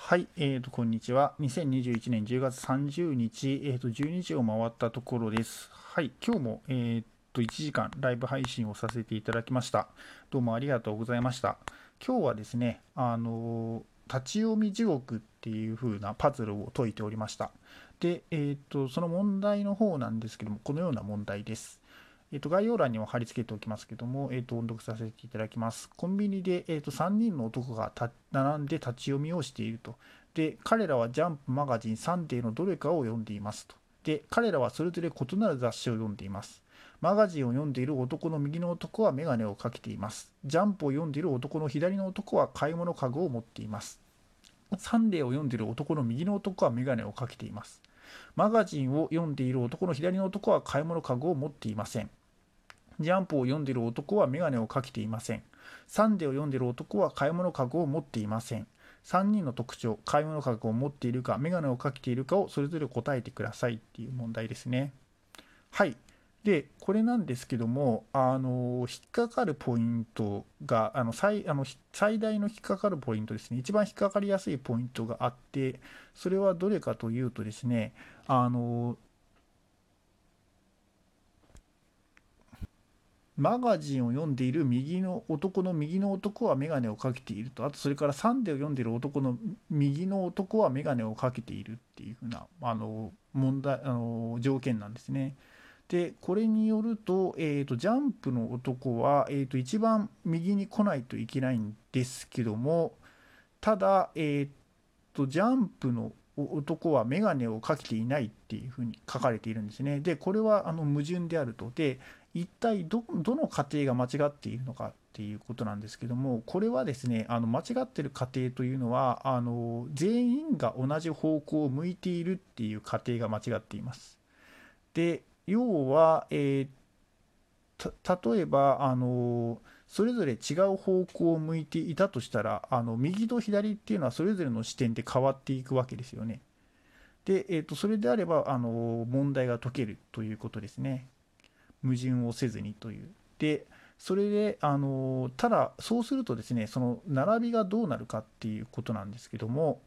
はい、こんにちは。2021年10月30日、12時を回ったところです。はい、今日も、1時間ライブ配信をさせていただきました。どうもありがとうございました。今日はですね、立ち読み地獄っていう風なパズルを解いておりました。で、その問題の方なんですけども、このような問題です。概要欄にも貼り付けておきますけども、音読させていただきます。コンビニで、3人の男が並んで立ち読みをしていると。で、彼らはジャンプ、マガジン、サンデーのどれかを読んでいますと。で、彼らはそれぞれ異なる雑誌を読んでいます。マガジンを読んでいる男の右の男はメガネをかけています。ジャンプを読んでいる男の左の男は買い物かごを持っています。サンデーを読んでいる男の右の男はメガネをかけています。マガジンを読んでいる男の左の男は買い物かごを持っていません。ジャンプを読んでいる男はメガネをかけていません。サンデーを読んでいる男は買い物かごを持っていません。3人の特徴、買い物かごを持っているか、メガネをかけているかをそれぞれ答えてくださいっていう問題ですね。はい。で、これなんですけども、引っかかるポイントが、最大の引っかかるポイントですね、一番引っかかりやすいポイントがあって、それはどれかというとですね、マガジンを読んでいる男の右の男はメガネをかけていると、あとそれからサンデーを読んでいる男の右の男はメガネをかけているっていうふうな条件なんですね。で、これによると、ジャンプの男は、一番右に来ないといけないんですけども、ただ、ジャンプの男はメガネをかけていないっていうふうに書かれているんですね。で、これは矛盾であると。で、一体どの過程が間違っているのかっていうことなんですけども、これはですね、間違っている過程というのは、全員が同じ方向を向いているっていう過程が間違っています。で、要は、例えば、それぞれ違う方向を向いていたとしたら、右と左っていうのはそれぞれの視点で変わっていくわけですよね。で、それであれば、問題が解けるということですね。矛盾をせずにという。で、それで、ただ、そうするとですね、その並びがどうなるかっていうことなんですけども、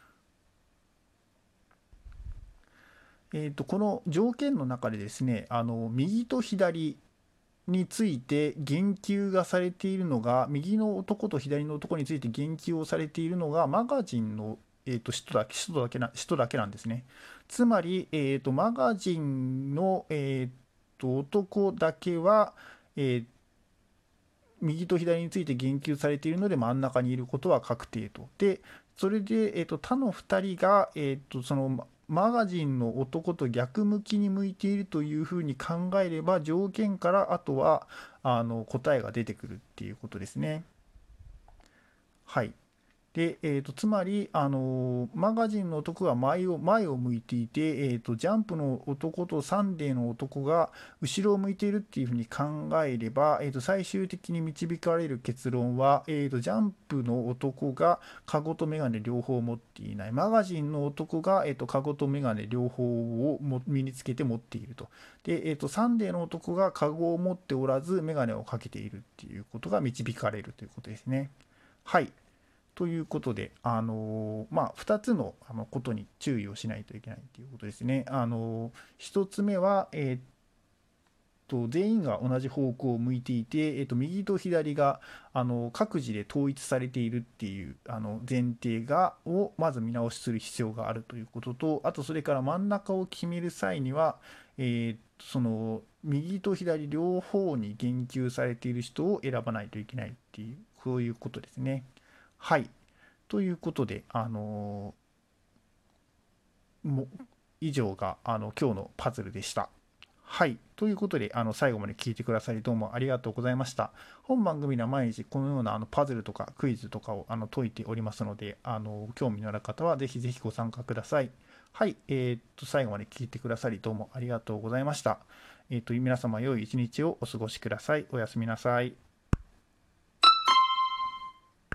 この条件の中でですね、右と左について言及がされているのが、右の男と左の男について言及をされているのが、マガジンの、人だけなんですね。つまり、マガジンの、男だけは、えー右と左について言及されているので真ん中にいることは確定と。で、それで、他の2人が、そのマガジンの男と逆向きに向いているというふうに考えれば、条件からあとは答えが出てくるっていうことですね。はい。で、つまり、マガジンの男が前を向いていて、ジャンプの男とサンデーの男が後ろを向いているっていうふうに考えれば、最終的に導かれる結論は、ジャンプの男がカゴとメガネ両方持っていない。マガジンの男が、カゴとメガネ両方を身につけて持っていると。で、サンデーの男がカゴを持っておらず、メガネをかけているっていうことが導かれるということですね。はい。ということで、2つのことに注意をしないといけないということですね。1つ目は、全員が同じ方向を向いていて、右と左が各自で統一されているっていう前提をまず見直しする必要があるということと、あとそれから真ん中を決める際には、その右と左両方に言及されている人を選ばないといけないっていう、そういうことですね。はい。ということで、も以上が今日のパズルでした。はい。ということで、最後まで聞いてくださりどうもありがとうございました。本番組では毎日このようなパズルとかクイズとかを解いておりますので、興味のある方はぜひぜひご参加ください。はい。最後まで聞いてくださりどうもありがとうございました。皆様良い一日をお過ごしください。おやすみなさい。